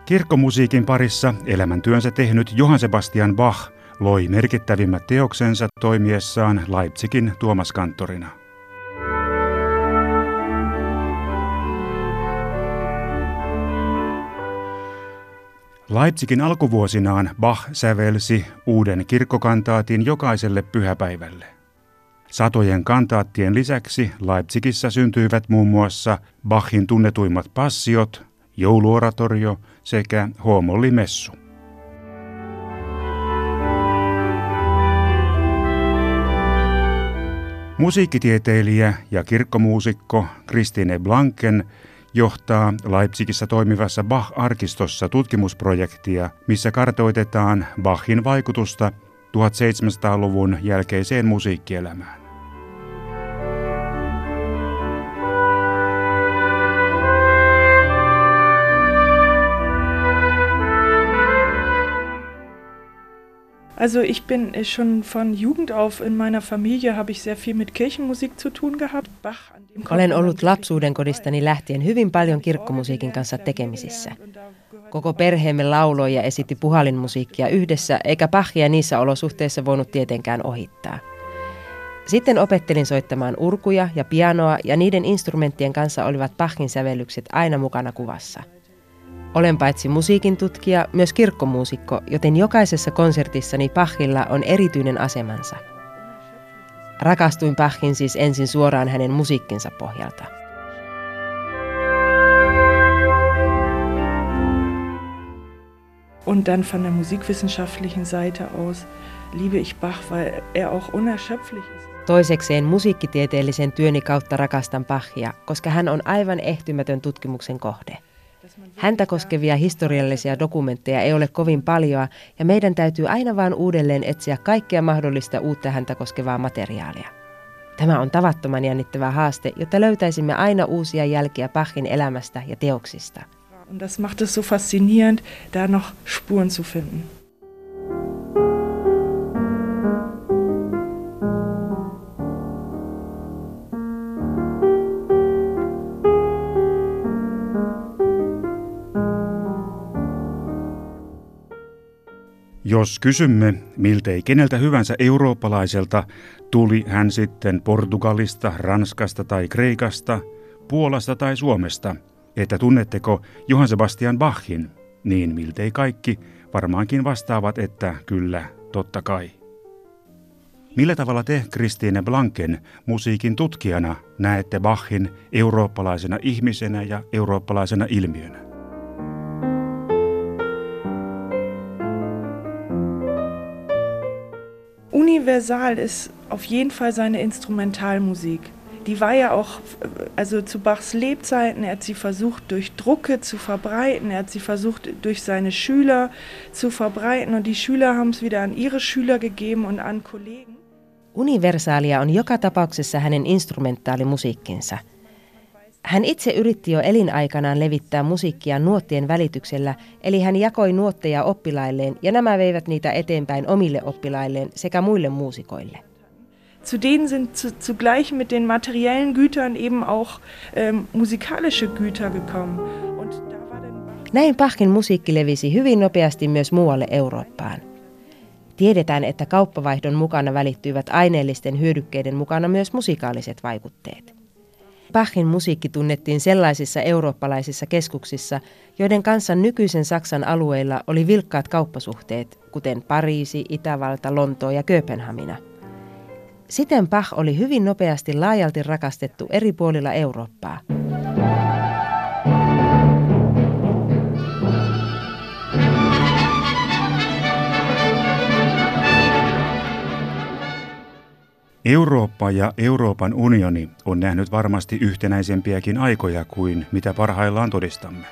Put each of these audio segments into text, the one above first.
Kirkkomusiikin parissa elämäntyönsä tehnyt Johann Sebastian Bach loi merkittävimmät teoksensa toimiessaan Leipzigin tuomaskanttorina. Leipzigin alkuvuosinaan Bach sävelsi uuden kirkkokantaatin jokaiselle pyhäpäivälle. Satojen kantaattien lisäksi Leipzigissä syntyivät muun muassa Bachin tunnetuimmat passiot, jouluoratorio sekä huomollimessu. Musiikkitieteilijä ja kirkkomuusikko Christine Blanken johtaa Leipzigissä toimivassa Bach-arkistossa tutkimusprojektia, missä kartoitetaan Bachin vaikutusta 1700-luvun jälkeiseen musiikkielämään. Also ich bin schon von Jugend auf in meiner Familie habe ich sehr viel mit Kirchenmusik zu tun gehabt. Olen ollut lapsuudenkodistani lähtien hyvin paljon kirkkomusiikin kanssa tekemisissä. Koko perheemme lauloi ja esitti puhallinmusiikkia yhdessä, eikä Bachia niissä olosuhteissa voinut tietenkään ohittaa. Sitten opettelin soittamaan urkuja ja pianoa, ja niiden instrumenttien kanssa olivat Bachin sävellykset aina mukana kuvassa. Olen paitsi musiikin tutkija, myös kirkkomuusikko, joten jokaisessa konsertissani Bachilla on erityinen asemansa. Rakastuin Bachin siis ensin suoraan hänen musiikkinsa pohjalta. Und dann von der musikwissenschaftlichen Seite aus liebe ich Bach, weil er auch unerschöpflich ist. Toisekseen musiikkitieteellisen työni kautta rakastan Bachia, koska hän on aivan ehtymätön tutkimuksen kohde. Häntä koskevia historiallisia dokumentteja ei ole kovin paljoa, ja meidän täytyy aina vaan uudelleen etsiä kaikkea mahdollista uutta häntä koskevaa materiaalia. Tämä on tavattoman jännittävä haaste, jotta löytäisimme aina uusia jälkiä Bachin elämästä ja teoksista. Und das macht es so faszinierend, da noch Spuren zu finden. Jos kysymme miltei keneltä hyvänsä eurooppalaiselta, tuli hän sitten Portugalista, Ranskasta tai Kreikasta, Puolasta tai Suomesta, että tunnetteko Johann Sebastian Bachin, niin miltei kaikki varmaankin vastaavat, että kyllä, totta kai. Millä tavalla te, Christine Blanken, musiikin tutkijana näette Bachin eurooppalaisena ihmisenä ja eurooppalaisena ilmiönä? Universal ist auf jeden Fall seine Instrumentalmusik. Die war ja auch, also zu Bachs Lebzeiten, er hat sie versucht durch Drucke zu verbreiten, er hat sie versucht durch seine Schüler zu verbreiten und die Schüler haben es wieder an ihre Schüler gegeben und an Kollegen. Universaalia on joka tapauksessa hänen instrumentaalimusiikkinsa. Hän itse yritti jo elinaikanaan levittää musiikkia nuottien välityksellä, eli hän jakoi nuotteja oppilailleen ja nämä veivät niitä eteenpäin omille oppilailleen sekä muille muusikoille. Zu denen sind zugleich mit den materiellen Gütern eben auch musikalische Güter gekommen. Näin Bachin musiikki levisi hyvin nopeasti myös muualle Eurooppaan. Tiedetään, että kauppavaihdon mukana välittyivät aineellisten hyödykkeiden mukana myös musikaaliset vaikutteet. Bachin musiikki tunnettiin sellaisissa eurooppalaisissa keskuksissa, joiden kanssa nykyisen Saksan alueilla oli vilkkaat kauppasuhteet, kuten Pariisi, Itävalta, Lontoo ja Kööpenhamina. Siten Bach oli hyvin nopeasti laajalti rakastettu eri puolilla Eurooppaa. Eurooppa ja Euroopan unioni on nähnyt varmasti yhtenäisempiäkin aikoja kuin mitä parhaillaan todistamme.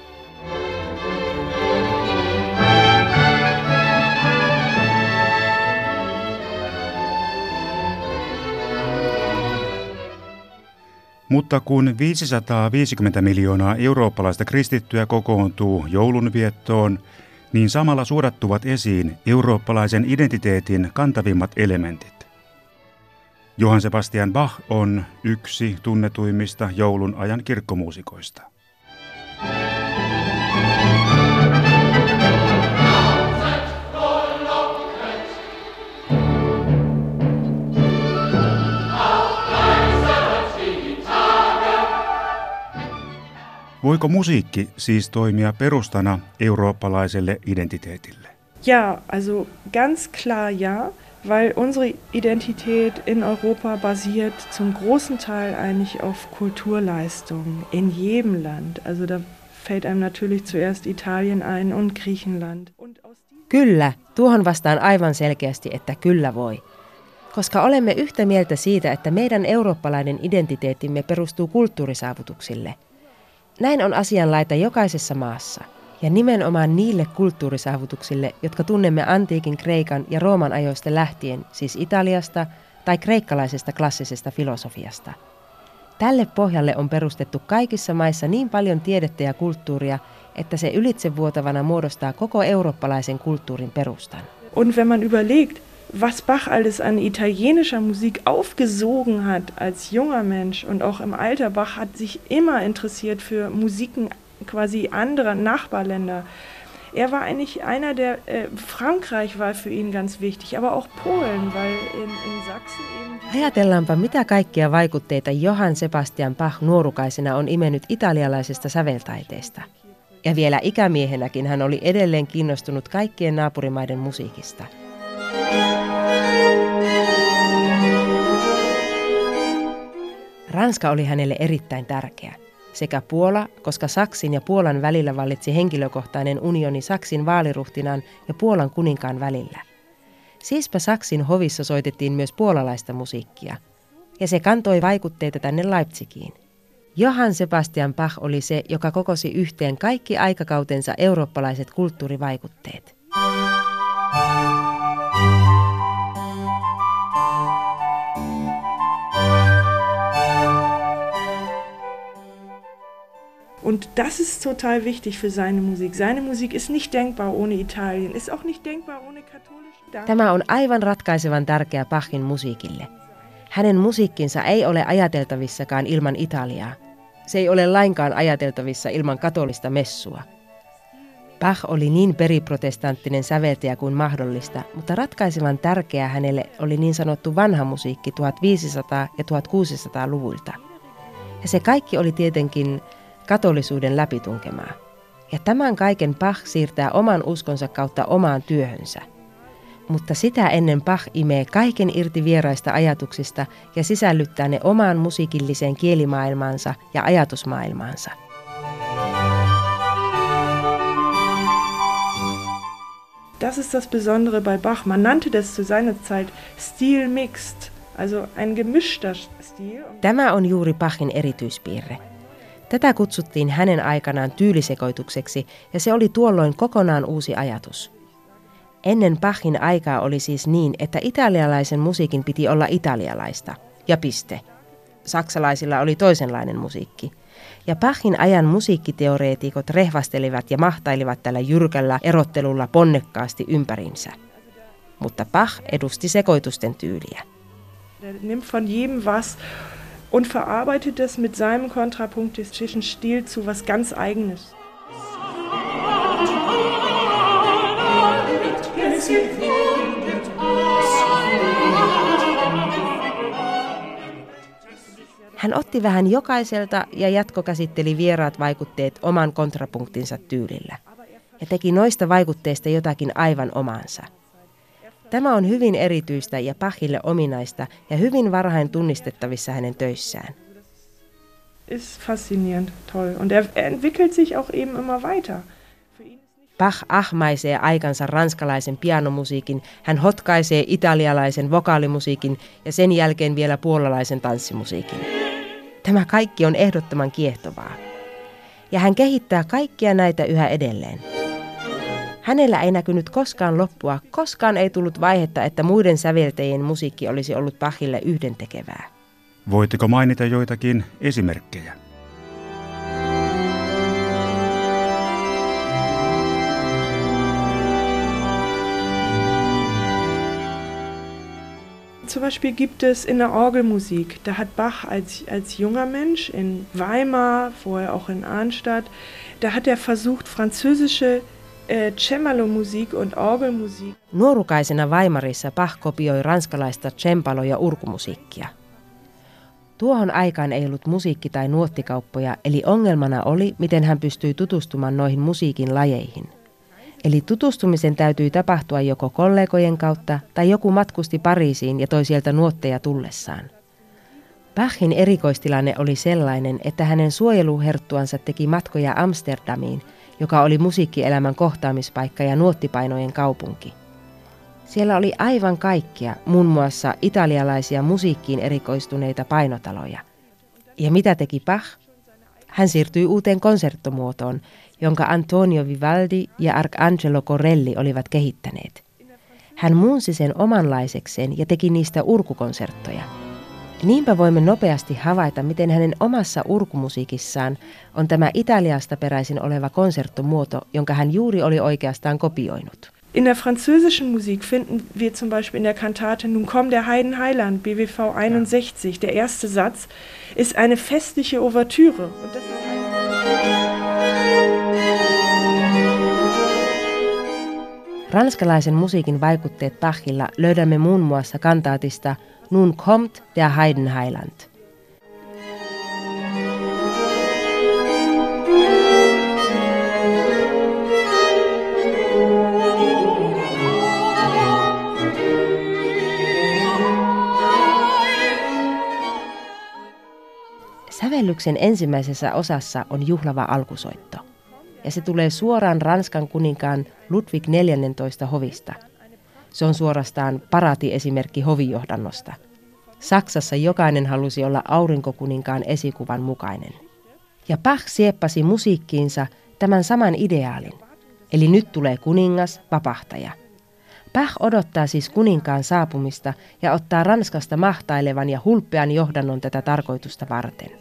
Mutta kun 550 miljoonaa eurooppalaista kristittyä kokoontuu joulunviettoon, niin samalla suodattuvat esiin eurooppalaisen identiteetin kantavimmat elementit. Johann Sebastian Bach on yksi tunnetuimmista joulun ajan kirkkomuusikoista. Voiko musiikki siis toimia perustana eurooppalaiselle identiteetille? Ja, also ganz klar ja, weil unsere Identität in Europa basiert zum großen Teil eigentlich auf Kulturleistungen in jedem Land. Also da fällt einem natürlich zuerst Italien ein und Griechenland. Kyllä, tuohon vastaan aivan selkeästi, että kyllä voi. Koska olemme yhtä mieltä siitä, että meidän eurooppalainen identiteettimme perustuu kulttuurisaavutuksille. Näin on asianlaita jokaisessa maassa. Ja nimenomaan niille kulttuurisaavutuksille, jotka tunnemme antiikin Kreikan ja Rooman ajoista lähtien, siis Italiasta tai kreikkalaisesta klassisesta filosofiasta. Tälle pohjalle on perustettu kaikissa maissa niin paljon tiedettä ja kulttuuria, että se ylitsevuotavana muodostaa koko eurooppalaisen kulttuurin perustan. Und wenn man überlegt, was Bach alles an italienischer Musik aufgesogen hat als junger Mensch und auch im Alter, Bach hat sich immer interessiert für Musiken quasi anderer Nachbarländer. Er war eigentlich einer der, Frankreich war für ihn ganz wichtig, aber auch Polen, weil in Sachsen eben... Ajatellaanpa, mitä kaikkia vaikutteita Johann Sebastian Bach nuorukaisena on imennyt italialaisesta säveltaiteesta. Ja vielä ikämiehenäkin hän oli edelleen kiinnostunut kaikkien naapurimaiden musiikista. Ranska oli hänelle erittäin tärkeä. Sekä Puola, koska Saksin ja Puolan välillä vallitsi henkilökohtainen unioni Saksin vaaliruhtinaan ja Puolan kuninkaan välillä. Siispä Saksin hovissa soitettiin myös puolalaista musiikkia, ja se kantoi vaikutteita tänne Leipzigiin. Johann Sebastian Bach oli se, joka kokosi yhteen kaikki aikakautensa eurooppalaiset kulttuurivaikutteet. Und das ist total wichtig für seine Musik. Seine Musik ist nicht denkbar ohne Italien, ist auch nicht denkbar ohne katholischen. Tämä on aivan ratkaisevan tärkeä Bachin musiikille. Hänen musiikkinsa ei ole ajateltavissakaan ilman Italiaa. Se ei ole lainkaan ajateltavissa ilman katolista messua. Bach oli niin periprotestanttinen säveltäjä kuin mahdollista, mutta ratkaisevan tärkeää hänelle oli niin sanottu vanha musiikki 1500- ja 1600-luvuilta. Ja se kaikki oli tietenkin katolisuuden läpitunkemaa. Ja tämän kaiken Bach siirtää oman uskonsa kautta omaan työhönsä. Mutta sitä ennen Bach imee kaiken irti vieraista ajatuksista ja sisällyttää ne omaan musiikilliseen kielimaailmaansa ja ajatusmaailmaansa. Das ist das Besondere bei Bach. Man nannte das zu seiner Zeit Stilmixed, also ein gemischter Stil. Tämä on juuri Bachin erityispiirre. Tätä kutsuttiin hänen aikanaan tyylisekoitukseksi, ja se oli tuolloin kokonaan uusi ajatus. Ennen Bachin aikaa oli siis niin, että italialaisen musiikin piti olla italialaista. Ja piste. Saksalaisilla oli toisenlainen musiikki. Ja Bachin ajan musiikkiteoreetikot rehvastelivat ja mahtailivat tällä jyrkällä erottelulla ponnekkaasti ympärinsä. Mutta Bach edusti sekoitusten tyyliä. Er nimmt von jedem was und verarbeitet es mit seinem kontrapunktistischen Stil zu was ganz Eigenes. Hän otti vähän jokaiselta ja jatkokäsitteli vieraat vaikutteet oman kontrapunktinsa tyylillä ja teki noista vaikutteista jotakin aivan omaansa. Tämä on hyvin erityistä ja Bachille ominaista ja hyvin varhain tunnistettavissa hänen töissään. Ist faszinierend, toll. Und er entwickelt sich auch eben immer weiter. Bach ahmaisee aikansa ranskalaisen pianomusiikin, hän hotkaisee italialaisen vokaalimusiikin ja sen jälkeen vielä puolalaisen tanssimusiikin. Tämä kaikki on ehdottoman kiehtovaa. Ja hän kehittää kaikkia näitä yhä edelleen. Hänellä ei näkynyt koskaan loppua, koskaan ei tullut vaihetta, että muiden säveltäjien musiikki olisi ollut Bachille yhdentekevää. Voitteko mainita joitakin esimerkkejä? Zum Beispiel gibt es in der Orgelmusik, da hat Bach als junger Mensch in Weimar, vorher auch in Arnstadt, da hat er versucht, französische Cembalo-Musik und Orgelmusik. Nuorukaisena Weimarissa Bach kopioi ranskalaista cembalo- ja urkumusiikkia. Tuohon aikaan ei ollut musiikki- tai nuottikauppoja, eli ongelmana oli, miten hän pystyi tutustumaan noihin musiikin lajeihin. Eli tutustumisen täytyi tapahtua joko kollegojen kautta tai joku matkusti Pariisiin ja toi sieltä nuotteja tullessaan. Bachin erikoistilanne oli sellainen, että hänen suojeluherttuansa teki matkoja Amsterdamiin, joka oli musiikkielämän kohtaamispaikka ja nuottipainojen kaupunki. Siellä oli aivan kaikkia, muun muassa italialaisia musiikkiin erikoistuneita painotaloja. Ja mitä teki Bach? Hän siirtyi uuteen konserttomuotoon, jonka Antonio Vivaldi ja Arcangelo Corelli olivat kehittäneet. Hän muunsi sen omanlaisekseen ja teki niistä urkukonserttoja. Niinpä voimme nopeasti havaita, miten hänen omassa urkumusiikissaan on tämä Italiasta peräisin oleva konserttomuoto, jonka hän juuri oli oikeastaan kopioinut. In der französischen Musik finden wir zum Beispiel in der Kantate Nun komm der Heidenheiland, BWV 61, der erste Satz, ist eine festliche Ouvertüre. Und das ist ranskalaisen musiikin vaikutteet Bachilla löydämme muun muassa kantaatista Nun kommt der Heidenheiland. Sävellyksen ensimmäisessä osassa on juhlava alkusoitto, ja se tulee suoraan Ranskan kuninkaan Ludwig 14 hovista. Se on suorastaan paraatiesimerkki hovijohdannosta. Saksassa jokainen halusi olla aurinkokuninkaan esikuvan mukainen. Ja Bach sieppasi musiikkiinsa tämän saman ideaalin. Eli nyt tulee kuningas, vapahtaja. Bach odottaa siis kuninkaan saapumista ja ottaa Ranskasta mahtailevan ja hulppean johdannon tätä tarkoitusta varten.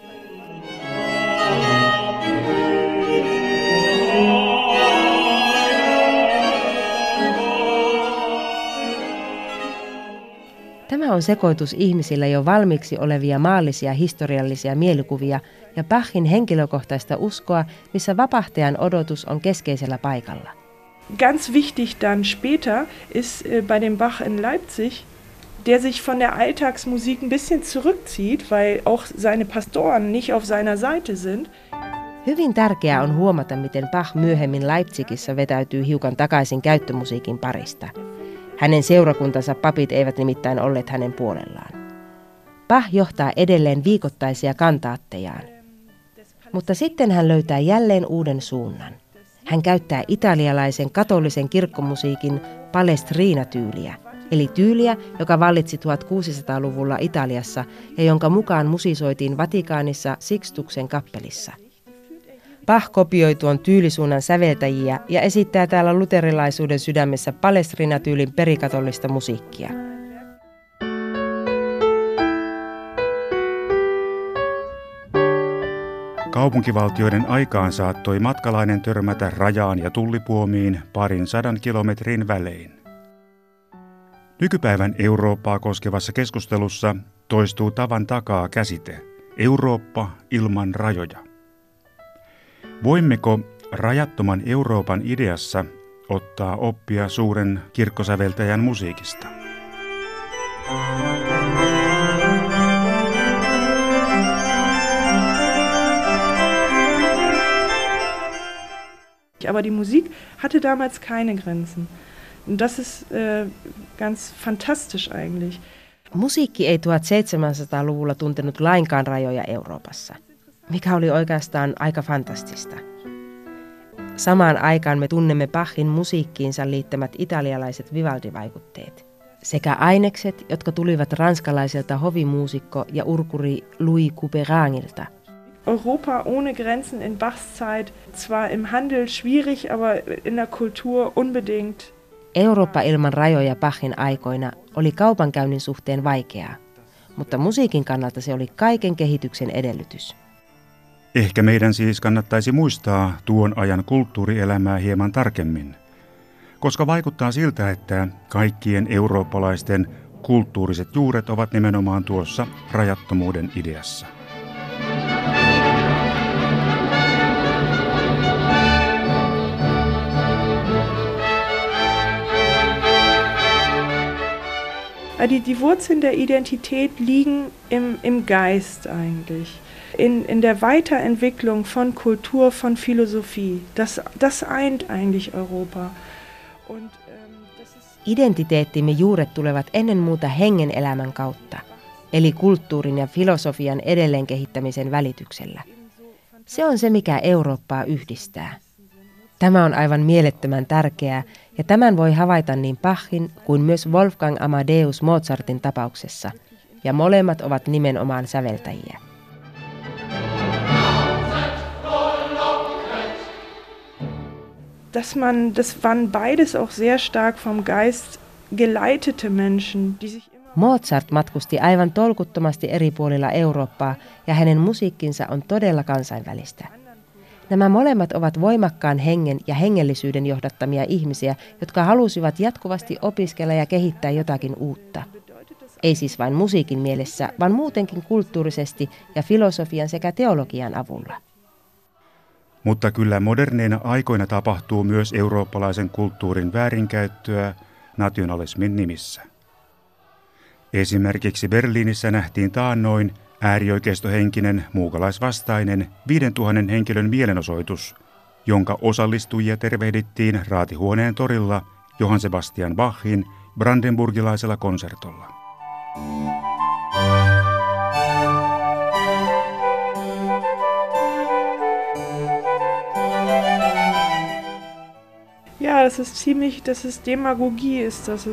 Tämä on sekoitus ihmisillä jo valmiiksi olevia maallisia historiallisia mielikuvia ja Bachin henkilökohtaista uskoa, missä vapahtajan odotus on keskeisellä paikalla. Ganz wichtig dann später ist bei dem Bach in Leipzig, der sich von der Alltagsmusik ein bisschen zurückzieht, weil auch seine Pastoren nicht auf seiner Seite sind. Hyvin tärkeää on huomata, miten Bach myöhemmin Leipzigissä vetäytyy hiukan takaisin käyttömusiikin parista. Hänen seurakuntansa papit eivät nimittäin olleet hänen puolellaan. Bach johtaa edelleen viikoittaisia kantaattejaan. Mutta sitten hän löytää jälleen uuden suunnan. Hän käyttää italialaisen katolisen kirkkomusiikin Palestrina-tyyliä, eli tyyliä, joka vallitsi 1600-luvulla Italiassa ja jonka mukaan musisoitiin Vatikaanissa Sixtuksen kappelissa. Bach kopioi tuon tyylisuunnan säveltäjiä ja esittää täällä luterilaisuuden sydämessä Palestrina-tyylin perikatollista musiikkia. Kaupunkivaltioiden aikaan saattoi matkalainen törmätä rajaan ja tullipuomiin 200 kilometrin välein. Nykypäivän Eurooppaa koskevassa keskustelussa toistuu tavan takaa käsite Eurooppa ilman rajoja. Voimmeko rajattoman Euroopan ideassa ottaa oppia suuren kirkkosäveltäjän musiikista? Aber die Musik hatte damals keine Grenzen. Und das ist ganz fantastisch eigentlich. Musiikki ei 1700-luvulla tuntenut lainkaan rajoja Euroopassa, mikä oli oikeastaan aika fantastista. Samaan aikaan me tunnemme Bachin musiikkiinsa liittämät italialaiset Vivaldi-vaikutteet sekä ainekset, jotka tulivat ranskalaiselta hovimuusikko ja urkuri Louis Couperangilta. Europa ohne Grenzen in Bachs Zeit, zwar im Handel schwierig, aber in der Kultur unbedingt. Eurooppa ilman rajoja Bachin aikoina oli kaupankäynnin suhteen vaikeaa, mutta musiikin kannalta se oli kaiken kehityksen edellytys. Ehkä meidän siis kannattaisi muistaa tuon ajan kulttuurielämää hieman tarkemmin, koska vaikuttaa siltä, että kaikkien eurooppalaisten kulttuuriset juuret ovat nimenomaan tuossa rajattomuuden ideassa. Die Wurzeln der Identität liegen im Geist eigentlich. In der Weiterentwicklung von Kultur, von Philosophie. Das eint eigentlich Europa. Identiteettimme juuret tulevat ennen muuta hengen elämän kautta, eli kulttuurin ja filosofian edelleen kehittämisen välityksellä. Se on se, mikä Eurooppaa yhdistää. Tämä on aivan mielettömän tärkeää, ja tämän voi havaita niin Bachin kuin myös Wolfgang Amadeus Mozartin tapauksessa, ja molemmat ovat nimenomaan säveltäjiä. Das waren beides auch sehr stark vom Geist geleitete Menschen, die sich Mozart matkusti aivan tolkuttomasti eri puolilla Eurooppaa ja hänen musiikkinsa on todella kansainvälistä. Nämä molemmat ovat voimakkaan hengen ja hengellisyyden johdattamia ihmisiä, jotka halusivat jatkuvasti opiskella ja kehittää jotakin uutta. Ei siis vain musiikin mielessä, vaan muutenkin kulttuurisesti ja filosofian sekä teologian avulla. Mutta kyllä moderneina aikoina tapahtuu myös eurooppalaisen kulttuurin väärinkäyttöä nationalismin nimissä. Esimerkiksi Berliinissä nähtiin taannoin äärioikeistohenkinen muukalaisvastainen 5000 henkilön mielenosoitus, jonka osallistujia tervehdittiin Raatihuoneen torilla Johann Sebastian Bachin brandenburgilaisella konsertolla. Ja, das ist Demagogie,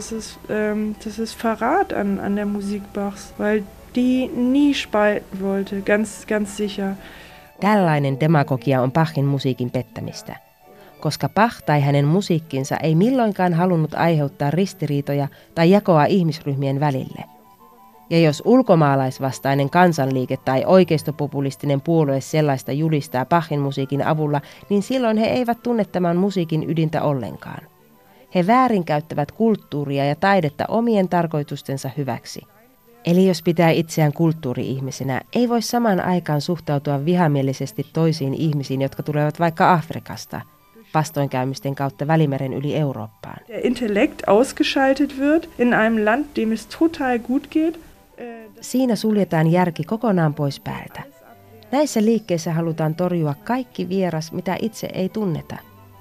das ist Verrat an der Musik Bachs, weil die nie spalten wollte, ganz sicher. Tällainen demagogia on Bachin musiikin pettämistä, koska Bach tai hänen musiikkinsa ei milloinkaan halunnut aiheuttaa ristiriitoja tai jakoa ihmisryhmien välille. Ja jos ulkomaalaisvastainen kansanliike tai oikeistopopulistinen puolue sellaista julistaa Bachin musiikin avulla, niin silloin he eivät tunne tämän musiikin ydintä ollenkaan. He väärinkäyttävät kulttuuria ja taidetta omien tarkoitustensa hyväksi. Eli jos pitää itseään kulttuuri-ihmisenä, ei voi samaan aikaan suhtautua vihamielisesti toisiin ihmisiin, jotka tulevat vaikka Afrikasta, vastoinkäymisten kautta Välimeren yli Eurooppaan. Der Intellekt ausgeschaltet wird in einem Land, dem es total gut geht. Siinä suljetaan järki kokonaan pois päältä. Näissä liikkeissä halutaan torjua kaikki vieras, mitä itse ei tunneta.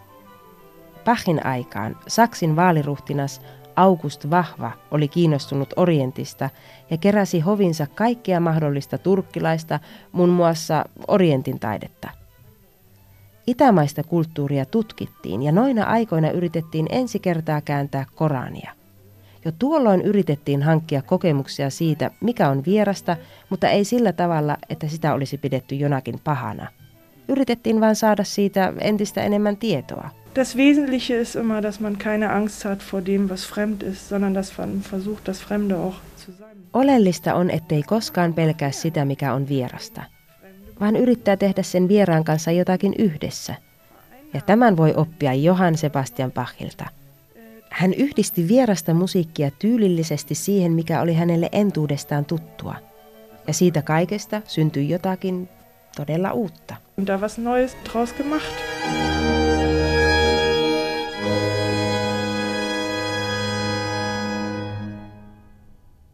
Bachin aikaan Saksin vaaliruhtinas August Vahva oli kiinnostunut Orientista ja keräsi hovinsa kaikkea mahdollista turkkilaista, muun muassa Orientin taidetta. Itämaista kulttuuria tutkittiin ja noina aikoina yritettiin ensi kertaa kääntää Korania. Jo tuolloin yritettiin hankkia kokemuksia siitä, mikä on vierasta, mutta ei sillä tavalla, että sitä olisi pidetty jonakin pahana. Yritettiin vain saada siitä entistä enemmän tietoa. Das Wesentliche ist immer, dass man keine Angst hat vor dem, was fremd ist, sondern dass man versucht, das Fremde auch zu sein. Oleellista on, ettei koskaan pelkää sitä, mikä on vierasta, vaan yrittää tehdä sen vieraan kanssa jotakin yhdessä. Ja tämän voi oppia Johann Sebastian Bachilta. Hän yhdisti vierasta musiikkia tyylillisesti siihen, mikä oli hänelle entuudestaan tuttua. Ja siitä kaikesta syntyi jotakin todella uutta. Und da was Neues draus gemacht.